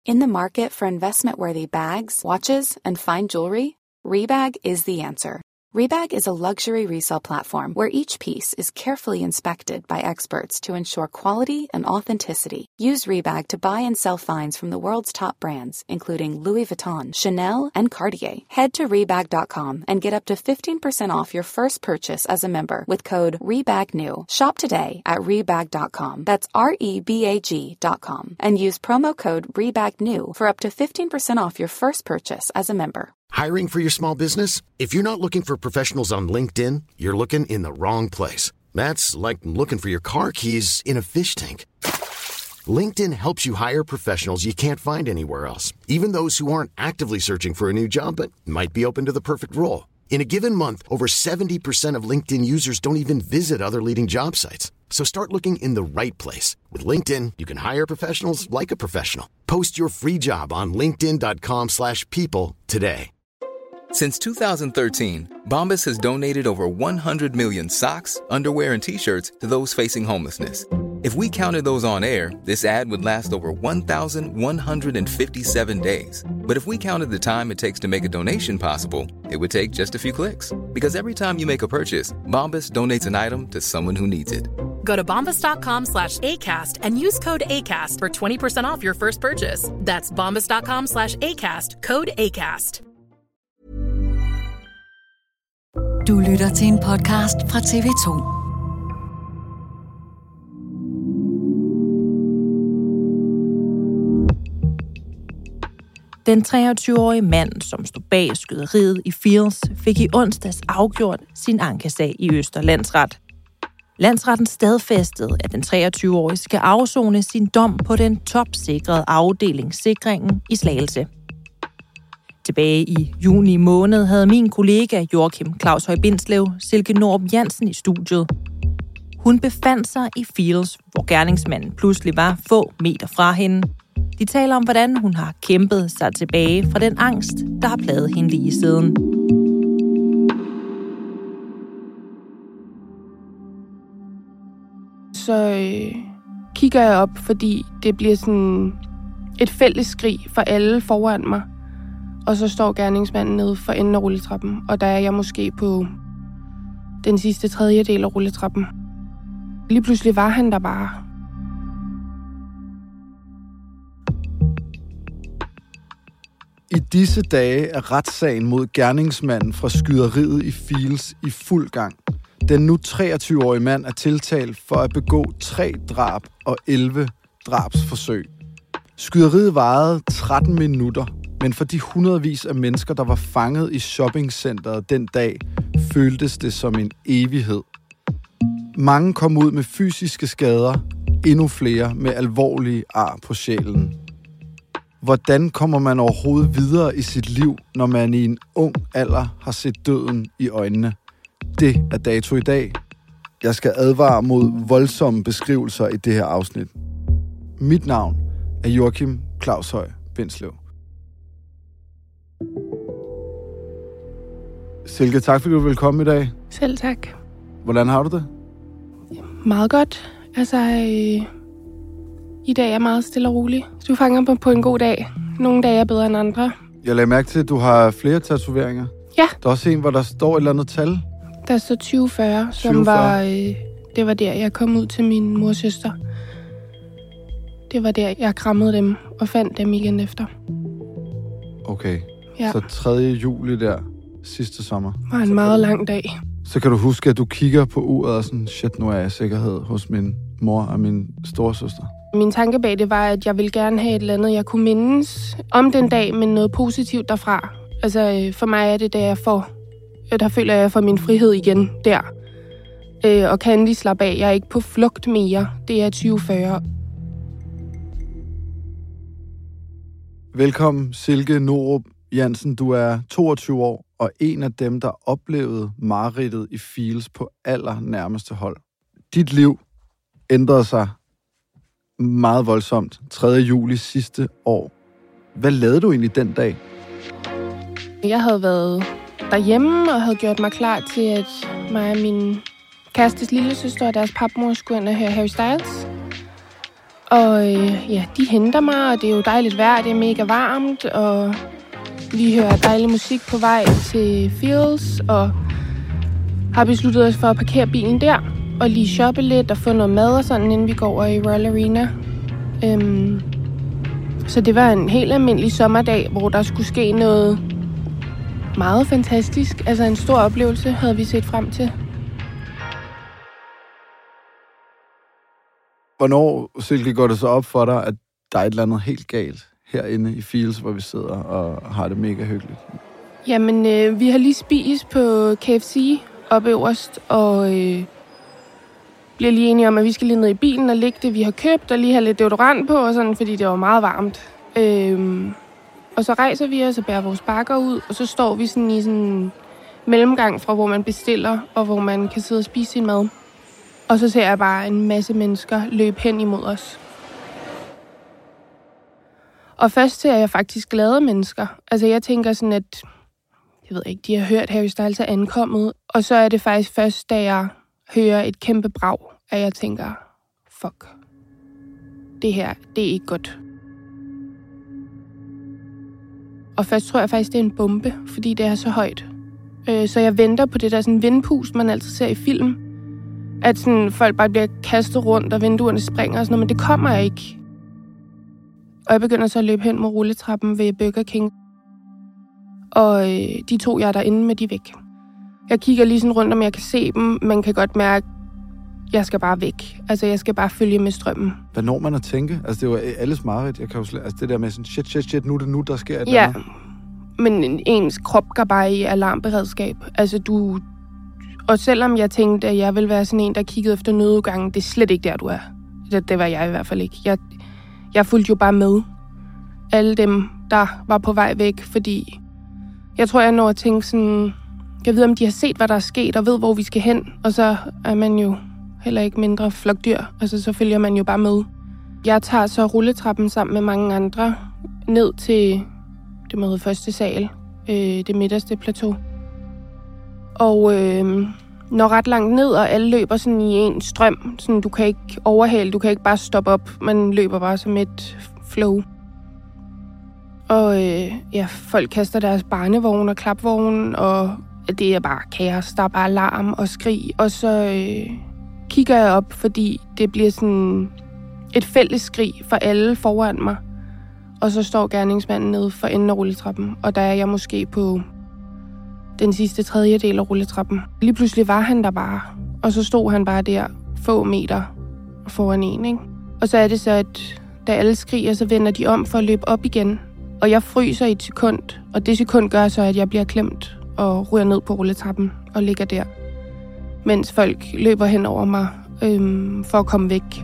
In the market for investment-worthy bags, watches, and fine jewelry, Rebag is the answer. Rebag is a luxury resale platform where each piece is carefully inspected by experts to ensure quality and authenticity. Use Rebag to buy and sell finds from the world's top brands, including Louis Vuitton, Chanel, and Cartier. Head to Rebag.com and get up to 15% off your first purchase as a member with code REBAGNEW. Shop today at Rebag.com. That's REBAG.com. And use promo code REBAGNEW for up to 15% off your first purchase as a member. Hiring for your small business? If you're not looking for professionals on LinkedIn, you're looking in the wrong place. That's like looking for your car keys in a fish tank. LinkedIn helps you hire professionals you can't find anywhere else, even those who aren't actively searching for a new job but might be open to the perfect role. In a given month, over 70% of LinkedIn users don't even visit other leading job sites. So start looking in the right place. With LinkedIn, you can hire professionals like a professional. Post your free job on linkedin.com/people today. Since 2013, Bombas has donated over 100 million socks, underwear, and T-shirts to those facing homelessness. If we counted those on air, this ad would last over 1,157 days. But if we counted the time it takes to make a donation possible, it would take just a few clicks. Because every time you make a purchase, Bombas donates an item to someone who needs it. Go to bombas.com/ACAST and use code ACAST for 20% off your first purchase. That's bombas.com/ACAST, code ACAST. Du lytter til en podcast fra TV2. Den 23-årige mand, som stod bag skyderiet i Fields, fik i onsdags afgjort sin ankesag i Østre Landsret. Landsretten stadfæstede, at den 23-årige skal afsone sin dom på den topsikrede afdeling Sikringen i Slagelse. Tilbage i juni måned havde min kollega Joachim Claus Høj-Bindslev Silke Norup Jansen i studiet. Hun befandt sig i Fields, hvor gerningsmanden pludselig var få meter fra hende. De taler om, hvordan hun har kæmpet sig tilbage fra den angst, der har plaget hende lige siden. Så kigger jeg op, fordi det bliver sådan et fælles skrig for alle foran mig. Og så står gerningsmanden nede for enden af rulletrappen, og der er jeg måske på den sidste tredjedel af rulletrappen. Lige pludselig var han der bare. I disse dage er retssagen mod gerningsmanden fra skyderiet i Fields i fuld gang. Den nu 23-årige mand er tiltalt for at begå 3 drab og 11 drabsforsøg. Skyderiet varede 13 minutter, men for de hundredvis af mennesker, der var fanget i shoppingcenteret den dag, føltes det som en evighed. Mange kom ud med fysiske skader, endnu flere med alvorlige ar på sjælen. Hvordan kommer man overhovedet videre i sit liv, når man i en ung alder har set døden i øjnene? Det er dato i dag. Jeg skal advare mod voldsomme beskrivelser i det her afsnit. Mit navn er Joachim Claus Høj-Bindslev. Silke, tak fordi du vil komme i dag. Selv tak. Hvordan har du det? Meget godt. Altså, i dag er meget stille og rolig. Du fanger mig på en god dag. Nogle dage er bedre end andre. Jeg lagde mærke til, at du har flere tatoveringer. Ja. Der er også en, hvor der står et eller andet tal. Der står 2040, som var... det var der, jeg kom ud til min mors søster. Det var der, jeg krammede dem og fandt dem igen efter. Okay. Ja. Så 3. juli der, sidste sommer. Det var en meget lang dag. Så kan du huske, at du kigger på uret og sådan, shit, nu er jeg i sikkerhed hos min mor og min storesøster. Min tanke bag det var, at jeg ville gerne have et eller andet, jeg kunne mindes om den dag, men noget positivt derfra. Altså, for mig er det, der føler jeg får min frihed igen der. Og kan lige slappe af. Jeg er ikke på flugt mere. Det er 2040. Velkommen, Silke Norup Jansen. Du er 22 år og en af dem, der oplevede mareridtet i Fields på allernærmeste hold. Dit liv ændrede sig meget voldsomt 3. juli sidste år. Hvad lavede du egentlig den dag? Jeg havde været derhjemme og havde gjort mig klar til, at mig og min kærestes lillesøster og deres papmor skulle ind og høre Harry Styles. Og de henter mig, og det er jo dejligt vejr, det er mega varmt, og vi hører dejlig musik på vej til Fields, og har besluttet os for at parkere bilen der, og lige shoppe lidt og få noget mad og sådan, inden vi går over i Royal Arena. Så det var en helt almindelig sommerdag, hvor der skulle ske noget meget fantastisk. Altså en stor oplevelse havde vi set frem til. Hvornår, Silke, går det så op for dig, at der er et eller andet helt galt herinde i Fields, hvor vi sidder og har det mega hyggeligt? Jamen, vi har lige spist på KFC oppe øverst, og bliver lige enige om, at vi skal lige ned i bilen og lægge det, vi har købt, og lige have lidt deodorant på, og sådan, fordi det var meget varmt. Og så rejser vi os og bærer vores bakker ud, og så står vi sådan i sådan en mellemgang fra, hvor man bestiller, og hvor man kan sidde og spise sin mad. Og så ser jeg bare en masse mennesker løbe hen imod os. Og først ser jeg faktisk glade mennesker. Altså jeg tænker sådan, at jeg ved ikke, de har hørt Harry Styles er ankommet. Og så er det faktisk først, da jeg hører et kæmpe brag, at jeg tænker, fuck, det her, det er ikke godt. Og først tror jeg faktisk, det er en bombe, fordi det er så højt. Så jeg venter på det der sådan vindpust, man altid ser i film. At sådan, folk bare bliver kastet rundt, og vinduerne springer og sådan noget, men det kommer ikke. Og jeg begynder så at løbe hen mod rulletrappen ved Burger King. Og de 2, jeg er derinde med, de er væk. Jeg kigger lige sådan rundt, om jeg kan se dem. Man kan godt mærke, at jeg skal bare væk. Altså, jeg skal bare følge med strømmen. Hvad når man at tænke? Altså, det er jo alles mareridt. Jeg kan jo altså, det der med sådan, shit, nu er det nu, der sker et eller andet. Men ens krop går bare i alarmberedskab. Altså, Og selvom jeg tænkte, at jeg ville være sådan en, der kiggede efter nødudgangen, det er slet ikke der, du er. Det var jeg i hvert fald ikke. Jeg fulgte jo bare med. Alle dem, der var på vej væk, fordi jeg tror, jeg når at tænke sådan, jeg ved, om de har set, hvad der er sket, og ved, hvor vi skal hen. Og så er man jo heller ikke mindre flokdyr. Altså, så følger man jo bare med. Jeg tager så rulletrappen sammen med mange andre ned til det med første sal, det midterste plateau. Og når ret langt ned, og alle løber sådan i en strøm. Sådan, du kan ikke overhale, du kan ikke bare stoppe op. Man løber bare som et flow. Og folk kaster deres barnevogn og klapvogn, og det er bare kaos. Der er bare larm og skrig. Og så kigger jeg op, fordi det bliver sådan et fælles skrig for alle foran mig. Og så står gerningsmanden nede for enden af rulletrappen, og der er jeg måske på den sidste tredjedel af rulletrappen. Lige pludselig var han der bare, og så stod han bare der få meter foran en, ikke? Og så er det så, at da alle skriger, så vender de om for at løbe op igen. Og jeg fryser i et sekund, og det sekund gør så, at jeg bliver klemt og ryger ned på rulletrappen og ligger der, mens folk løber hen over mig for at komme væk.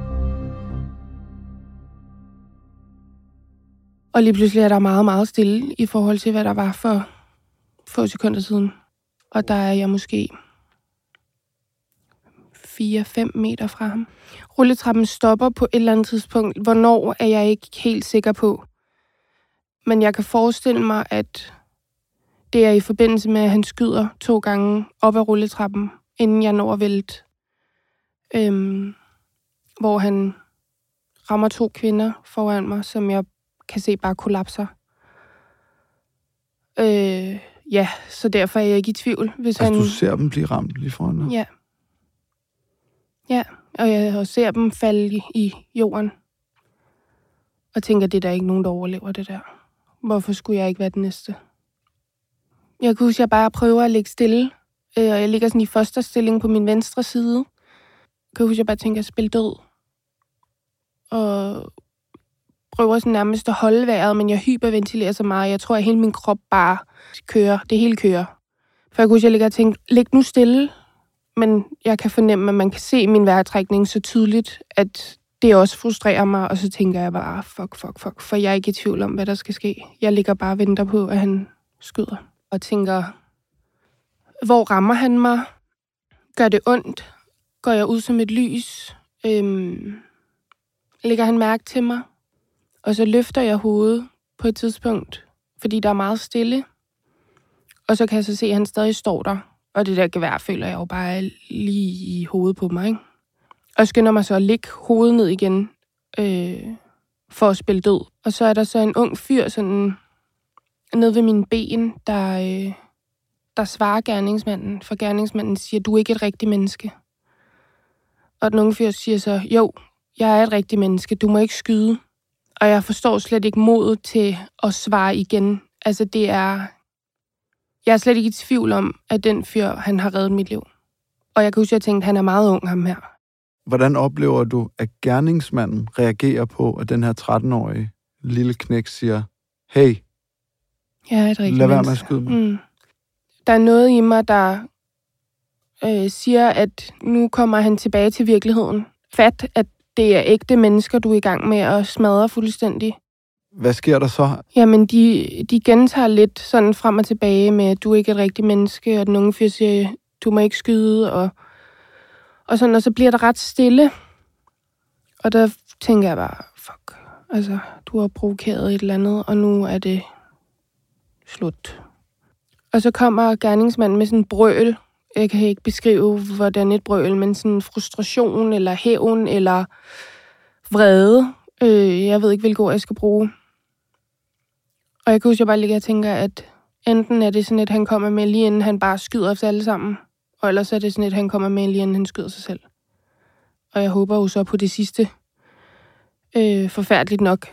Og lige pludselig er der meget, meget stille i forhold til, hvad der var for få sekunder siden. Og der er jeg måske 4-5 meter fra ham. Rulletrappen stopper på et eller andet tidspunkt. Hvornår er jeg ikke helt sikker på. Men jeg kan forestille mig, at det er i forbindelse med, at han skyder 2 gange op ad rulletrappen, inden jeg når at vælte. Hvor han rammer 2 kvinder foran mig, som jeg kan se bare kollapser. Ja, så derfor er jeg ikke i tvivl. Hvis altså, han... du ser dem blive ramt lige foran dig? Ja. Ja, og jeg ser dem falde i jorden. Og tænker, det er der ikke nogen, der overlever det der. Hvorfor skulle jeg ikke være den næste? Jeg kan huske, at jeg bare prøver at ligge stille. Og jeg ligger sådan i fosterstilling på min venstre side. Jeg kan huske, at jeg bare tænker at spille død. Og prøver sådan nærmest at holde vejret, men jeg hyperventilerer så meget. Jeg tror, at hele min krop bare kører. Det hele kører. For jeg kunne huske, at jeg ligger og tænker, læg nu stille. Men jeg kan fornemme, at man kan se min vejrtrækning så tydeligt, at det også frustrerer mig. Og så tænker jeg bare, fuck. For jeg er ikke i tvivl om, hvad der skal ske. Jeg ligger bare og venter på, at han skyder. Og tænker, hvor rammer han mig? Gør det ondt? Går jeg ud som et lys? Lægger han mærke til mig? Og så løfter jeg hovedet på et tidspunkt, fordi der er meget stille. Og så kan jeg så se, at han stadig står der. Og det der gevær føler jeg jo bare lige i hovedet på mig, ikke? Og skynder mig så at lægge hovedet ned igen. for at spille død. Og så er der så en ung fyr sådan nede ved mine ben, der svarer gerningsmanden. For gerningsmanden siger, du er ikke et rigtigt menneske. Og den unge fyr siger så, jo, jeg er et rigtigt menneske, du må ikke skyde. Og jeg forstår slet ikke modet til at svare igen. Altså jeg er slet ikke i tvivl om, at den fyr, han har reddet mit liv. Og jeg kan huske, at jeg tænkte, at han er meget ung, ham her. Hvordan oplever du, at gerningsmanden reagerer på, at den her 13-årige lille knæk siger, hey, jeg er et rigtigt lad være med at skyde mig? Der er noget i mig, der siger, at nu kommer han tilbage til virkeligheden. Fat, at det er ægte mennesker, du er i gang med at smadre fuldstændig. Hvad sker der så? Jamen, de gentager lidt sådan frem og tilbage med, at du er ikke et rigtigt menneske, og den unge fyr siger, du må ikke skyde, og sådan, og så bliver der ret stille. Og der tænker jeg bare, fuck, altså, du har provokeret et eller andet, og nu er det slut. Og så kommer gerningsmanden med sådan en brøl. Jeg kan ikke beskrive, hvordan et brøl, men sådan en frustration, eller hævn, eller vrede. Jeg ved ikke, hvilke ord jeg skal bruge. Og jeg kan huske, at jeg bare ligger og tænker, at enten er det sådan et, han kommer med lige inden han bare skyder os alle sammen, og ellers er det sådan et, han kommer med lige inden han skyder sig selv. Og jeg håber jo så på det sidste. Forfærdeligt nok,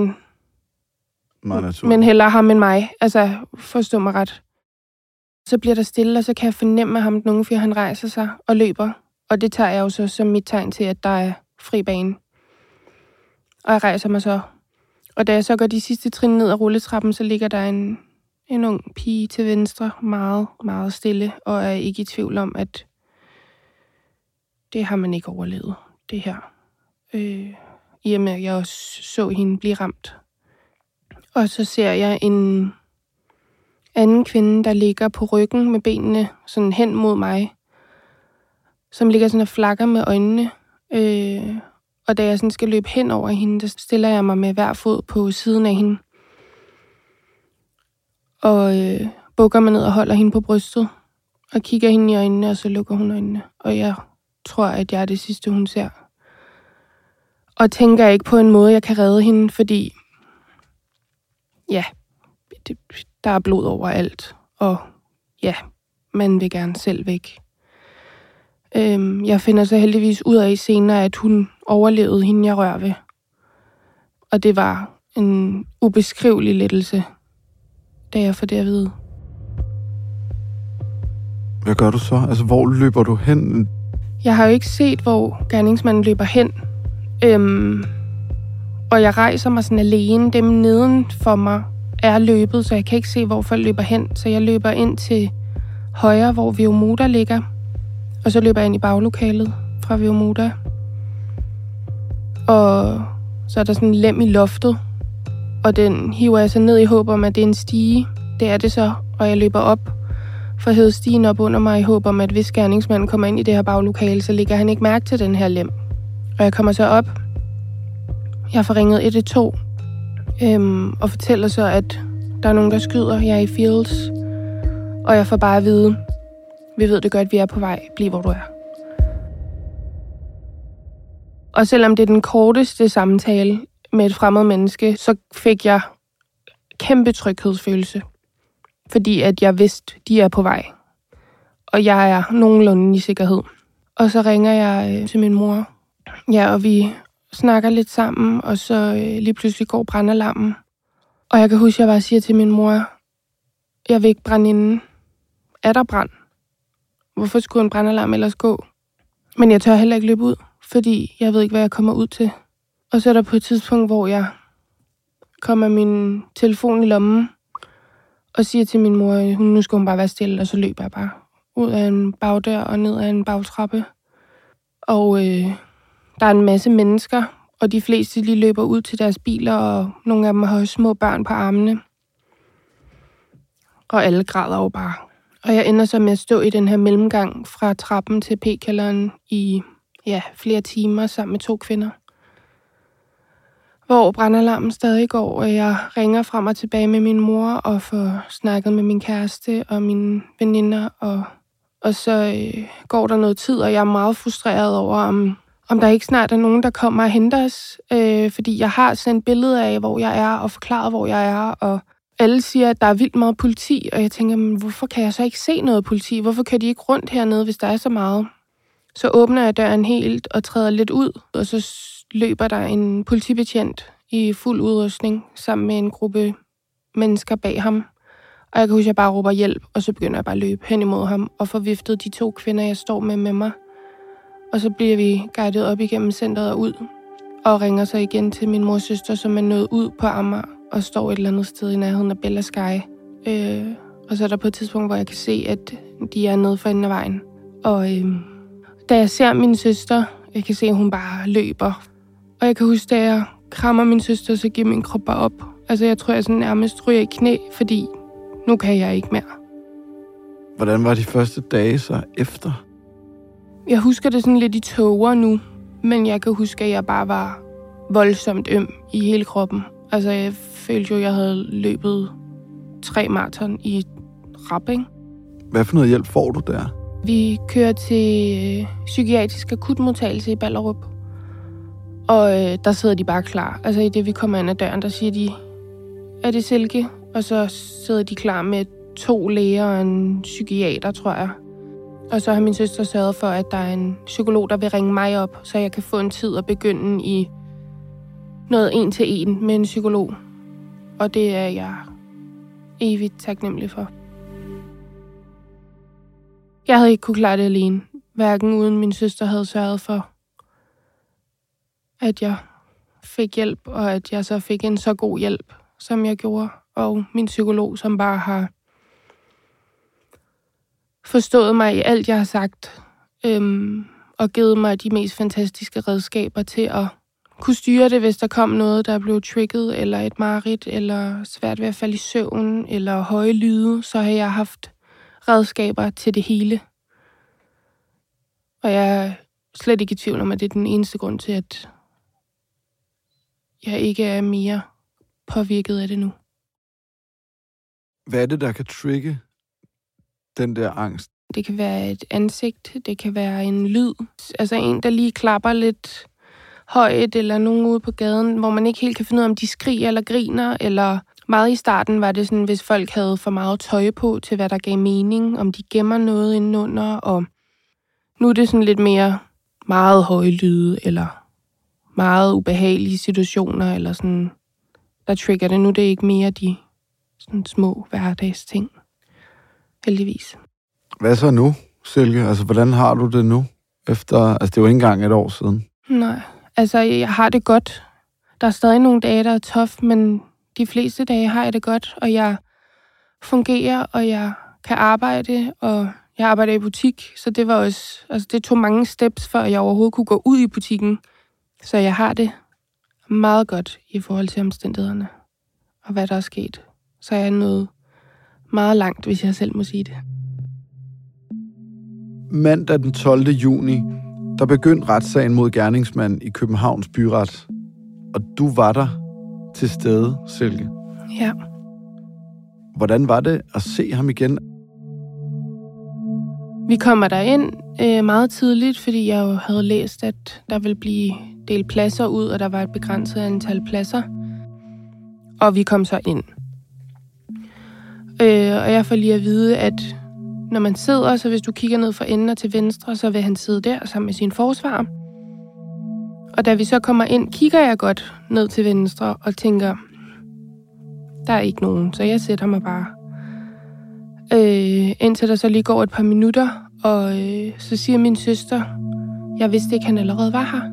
men hellere ham end mig. Altså, forstå mig ret. Så bliver der stille, og så kan jeg fornemme, at ham den unge fyr, han rejser sig og løber. Og det tager jeg jo så som mit tegn til, at der er fri bane. Og jeg rejser mig så. Og da jeg så går de sidste trin ned ad rulletrappen, så ligger der en ung pige til venstre, meget, meget stille, og er ikke i tvivl om, at det har man ikke overlevet, det her. I og med, at jeg også så hende blive ramt. Og så ser jeg en anden kvinde, der ligger på ryggen med benene sådan hen mod mig, som ligger sådan og flakker med øjnene. Og da jeg sådan skal løbe hen over hende, der stiller jeg mig med hver fod på siden af hende. Og bukker mig ned og holder hende på brystet. Og kigger hende i øjnene, og så lukker hun øjnene. Og jeg tror, at jeg er det sidste, hun ser. Og tænker ikke på en måde, jeg kan redde hende, fordi ja, der er blod overalt. Og ja, man vil gerne selv væk. Jeg finder så heldigvis ud af senere, at hun overlevede hende, jeg rører ved. Og det var en ubeskrivelig lettelse, da jeg får det at vide. Hvad gør du så? Altså, hvor løber du hen? Jeg har jo ikke set, hvor gerningsmanden løber hen. Og jeg rejser mig sådan alene. Dem neden for mig er løbet, så jeg kan ikke se, hvor folk løber hen. Så jeg løber ind til højre, hvor Viomoda ligger. Og så løber jeg ind i baglokalet fra Viomoda. Og så er der sådan en lem i loftet. Og den hiver jeg så ned i håb om, at det er en stige. Det er det så. Og jeg løber op for at hæve stigen op under mig i håb om, at hvis gerningsmanden kommer ind i det her baglokale, så lægger han ikke mærke til den her lem. Og jeg kommer så op. Jeg får ringet 112. Og fortæller så, at der er nogen, der skyder. Jeg er i Fields. Og jeg får bare at vide, vi ved det godt, vi er på vej. Bliv, hvor du er. Og selvom det er den korteste samtale med et fremmed menneske, så fik jeg kæmpe tryghedsfølelse. Fordi at jeg vidste, de er på vej. Og jeg er nogenlunde i sikkerhed. Og så ringer jeg til min mor. Ja, og vi snakker lidt sammen, og så lige pludselig går brandalarmen. Og jeg kan huske, at jeg bare siger til min mor, jeg vil ikke brænde inden. Er der brand? Hvorfor skulle en brandalarm ellers gå? Men jeg tør heller ikke løbe ud, fordi jeg ved ikke, hvad jeg kommer ud til. Og så er der på et tidspunkt, hvor jeg kommer min telefon i lommen, og siger til min mor, nu skal hun bare være stille, og så løber jeg bare ud af en bagdør og ned ad en bagtrappe. Og der er en masse mennesker, og de fleste de løber ud til deres biler, og nogle af dem har små børn på armene. Og alle græder jo bare. Og jeg ender så med at stå i den her mellemgang fra trappen til p-kælderen i flere timer sammen med 2 kvinder. Hvor brandalarmen stadig går, og jeg ringer frem og tilbage med min mor og får snakket med min kæreste og mine veninder. Og så går der noget tid, og jeg er meget frustreret over, om der ikke snart er nogen, der kommer og henter os. Fordi jeg har sendt billeder af, hvor jeg er, og forklaret, hvor jeg er. Og alle siger, at der er vildt meget politi. Og jeg tænker, men hvorfor kan jeg så ikke se noget politi? Hvorfor kører de ikke rundt hernede, hvis der er så meget? Så åbner jeg døren helt og træder lidt ud. Og så løber der en politibetjent i fuld udrustning sammen med en gruppe mennesker bag ham. Og jeg kan huske, at jeg bare råber hjælp, og så begynder jeg bare at løbe hen imod ham og får viftet de 2 kvinder, jeg står med mig. Og så bliver vi guidet op igennem centret og ud, og ringer så igen til min mors søster, som er nået ud på Amager og står et eller andet sted i nærheden af Bella Sky. Og så er der på et tidspunkt, hvor jeg kan se, at de er nede for enden af vejen. Og da jeg ser min søster, jeg kan se, at hun bare løber. Og jeg kan huske, da jeg krammer min søster, så giver min krop bare op. Altså jeg tror, jeg sådan nærmest ryger i knæ, fordi nu kan jeg ikke mere. Hvordan var de første dage så efter? Jeg husker det sådan lidt i tåger nu, men jeg kan huske, at jeg bare var voldsomt øm i hele kroppen. Altså jeg følte jo, at jeg havde løbet 3 maraton i rap, ikke? Hvad for noget hjælp får du der? Vi kører til psykiatrisk akutmodtagelse i Ballerup, og der sidder de bare klar. Altså i det, vi kommer ind ad døren, der siger de, er det Silke? Og så sidder de klar med 2 læger og en psykiater, tror jeg. Og så har min søster sørget for, at der er en psykolog, der vil ringe mig op, så jeg kan få en tid at begynde i noget 1-1 med en psykolog. Og det er jeg evigt taknemmelig for. Jeg havde ikke kunne klare det alene, hverken uden min søster havde sørget for, at jeg fik hjælp, og at jeg så fik en så god hjælp, som jeg gjorde. Og min psykolog, som bare har forstået mig i alt, jeg har sagt, og givet mig de mest fantastiske redskaber til at kunne styre det, hvis der kom noget, der blev trigget, eller et mareridt, eller svært ved at falde i søvn, eller høje lyde, så har jeg haft redskaber til det hele. Og jeg er slet ikke i tvivl om, at det er den eneste grund til, at jeg ikke er mere påvirket af det nu. Hvad er det, der kan trigge den der angst? Det kan være et ansigt, det kan være en lyd. Altså en, der lige klapper lidt højt, eller nogen ude på gaden, hvor man ikke helt kan finde ud af, om de skriger eller griner. Eller meget i starten var det sådan, hvis folk havde for meget tøj på til, hvad der gav mening, om de gemmer noget indenunder. Og nu er det sådan lidt mere meget høje lyde, eller meget ubehagelige situationer, eller sådan, der trigger det. Nu det er ikke mere de sådan små hverdagsting. Heldigvis. Hvad så nu, Silke? Altså, hvordan har du det nu? Efter, altså, det er jo ikke engang et år siden. Nej, altså, jeg har det godt. Der er stadig nogle dage, der er tough, men de fleste dage har jeg det godt, og jeg fungerer, og jeg kan arbejde, og jeg arbejder i butik, så det var også, altså, det tog mange steps, før jeg overhovedet kunne gå ud i butikken. Så jeg har det meget godt i forhold til omstændighederne, og hvad der er sket. Så jeg er nået meget langt, hvis jeg selv må sige det. Mandag den 12. juni, der begyndte retssagen mod gerningsmanden i Københavns byret. Og du var der til stede, Silke. Ja. Hvordan var det at se ham igen? Vi kommer derind meget tidligt, fordi jeg jo havde læst, at der ville blive delt pladser ud, og der var et begrænset antal pladser. Og vi kom så ind. Og jeg får lige at vide, at når man sidder, så hvis du kigger ned fra enden og til venstre, så vil han sidde der sammen med sin forsvarer. Og da vi så kommer ind, kigger jeg godt ned til venstre og tænker, der er ikke nogen, så jeg sætter mig bare. Indtil der så lige går et par minutter, og så siger min søster, jeg vidste ikke, han allerede var her.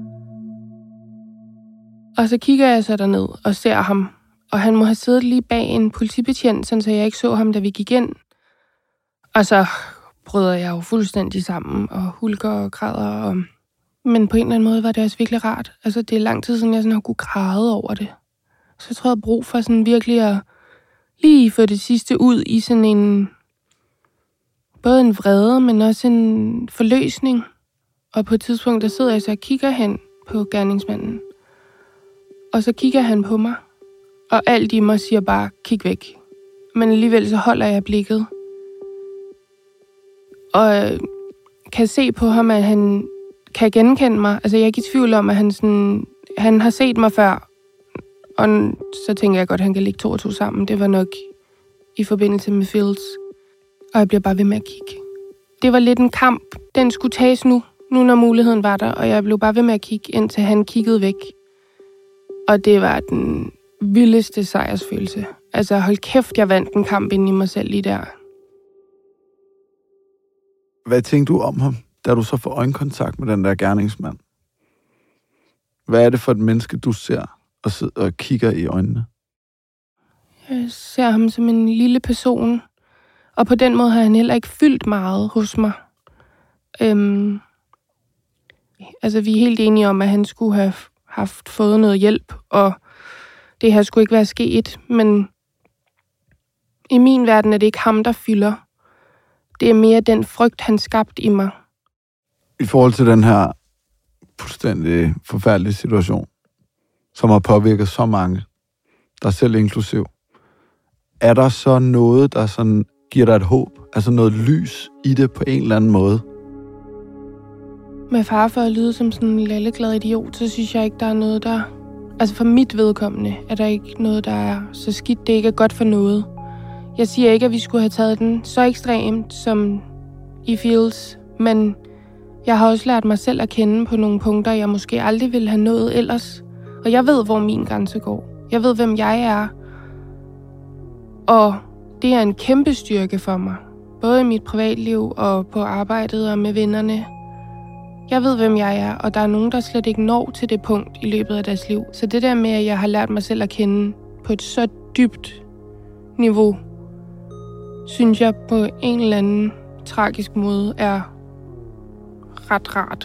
Og så kigger jeg så derned og ser ham, og han må have siddet lige bag en politibetjent, så jeg ikke så ham, da vi gik ind. Og så bryder jeg jo fuldstændig sammen, og hulker og græder. Men på en eller anden måde var det også virkelig rart. Altså, det er lang tid siden, jeg sådan har kunne græde over det. Så jeg tror, jeg har brug for sådan virkelig at lige få det sidste ud i sådan en, både en vrede, men også en forløsning. Og på et tidspunkt, der sidder jeg så og kigger hen på gerningsmanden. Og så kigger han på mig, og alt i mig siger bare, kig væk. Men alligevel så holder jeg blikket. Og kan se på ham, at han kan genkende mig. Altså, jeg er ikke i tvivl om, at han har set mig før. Og så tænker jeg godt, at han kan lægge 2 og 2 sammen. Det var nok i forbindelse med Fields. Og jeg bliver bare ved med at kigge. Det var lidt en kamp. Den skulle tages nu når muligheden var der. Og jeg blev bare ved med at kigge, indtil han kiggede væk. Og det var den vildeste sejrsfølelse. Altså, hold kæft, jeg vandt en kamp inde i mig selv lige der. Hvad tænkte du om ham, da du så får øjenkontakt med den der gerningsmand? Hvad er det for et menneske, du ser og sidder og kigger i øjnene? Jeg ser ham som en lille person. Og på den måde har han heller ikke fyldt meget hos mig. Altså, vi er helt enige om, at han skulle have fået noget hjælp, og det her skulle ikke være sket, men i min verden er det ikke ham, der fylder. Det er mere den frygt, han skabte i mig. I forhold til den her fuldstændig forfærdelige situation, som har påvirket så mange, der selv inklusiv, er der så noget, der sådan giver dig et håb? Altså noget lys i det på en eller anden måde? Med far for at lyde som sådan en lalleglad idiot, så synes jeg ikke, der er noget, der... Altså for mit vedkommende er der ikke noget, der er så skidt, det ikke er godt for noget. Jeg siger ikke, at vi skulle have taget den så ekstremt som i Fields, men jeg har også lært mig selv at kende på nogle punkter, jeg måske aldrig ville have nået ellers. Og jeg ved, hvor min grænse går. Jeg ved, hvem jeg er. Og det er en kæmpe styrke for mig. Både i mit privatliv og på arbejdet og med vennerne. Jeg ved, hvem jeg er, og der er nogen, der slet ikke når til det punkt i løbet af deres liv. Så det der med, at jeg har lært mig selv at kende på et så dybt niveau, synes jeg på en eller anden tragisk måde er ret rart.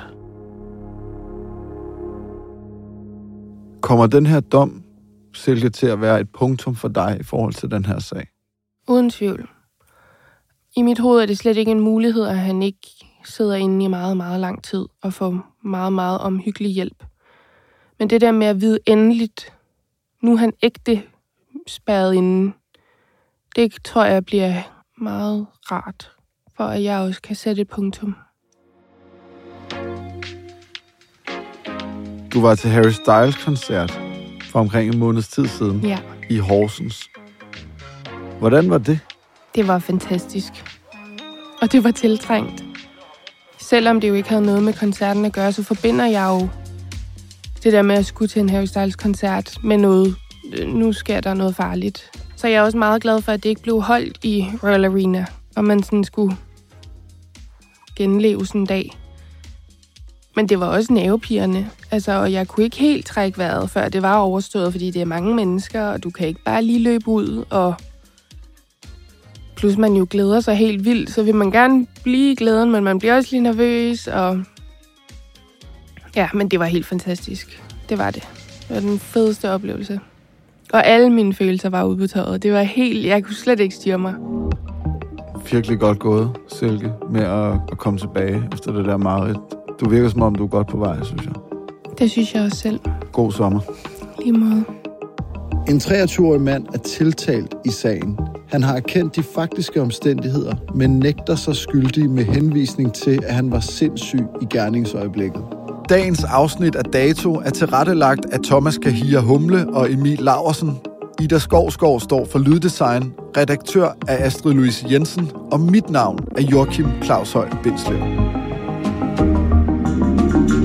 Kommer den her dom, Silke, til at være et punktum for dig i forhold til den her sag? Uden tvivl. I mit hoved er det slet ikke en mulighed, at han ikke sidder inde i meget, meget lang tid og får meget, meget omhyggelig hjælp. Men det der med at vide endeligt, nu er han ægte spærret inde, det tror jeg bliver meget rart, for at jeg også kan sætte et punktum. Du var til Harry Styles-koncert for omkring en måneds tid siden i Horsens. Hvordan var det? Det var fantastisk. Og det var tiltrængt. Selvom det jo ikke havde noget med koncerten at gøre, så forbinder jeg jo det der med at skulle til en Harry Styles-koncert med noget. Nu sker der noget farligt. Så jeg er også meget glad for, at det ikke blev holdt i Royal Arena, og man sådan skulle genleve sådan en dag. Men det var også nervepirrende. Altså, og jeg kunne ikke helt trække vejret, før det var overstået, fordi det er mange mennesker, og du kan ikke bare lige løbe ud. Og plus man jo glæder sig helt vildt, så vil man gerne blive i glæden, men man bliver også lige nervøs. Og ja, men det var helt fantastisk. Det var det. Det var den fedeste oplevelse. Og alle mine følelser var ude på tøjet. Det var helt... Jeg kunne slet ikke styre mig. Virkelig godt gået, Silke, med at komme tilbage efter det der mareridt. Du virker som om, du er godt på vej, synes jeg. Det synes jeg også selv. God sommer. Lige måde. En 23-årig mand er tiltalt i sagen. Han har erkendt de faktiske omstændigheder, men nægter sig skyldig med henvisning til, at han var sindssyg i gerningsøjeblikket. Dagens afsnit af Dato er tilrettelagt af Thomas Kahir Humle og Emil Laursen. Ida Skovsgaard står for lyddesign, redaktør er Astrid Louise Jensen, og mit navn er Joachim Claus Høj Bindslev.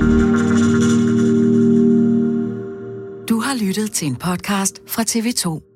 Du har lyttet til en podcast fra TV2.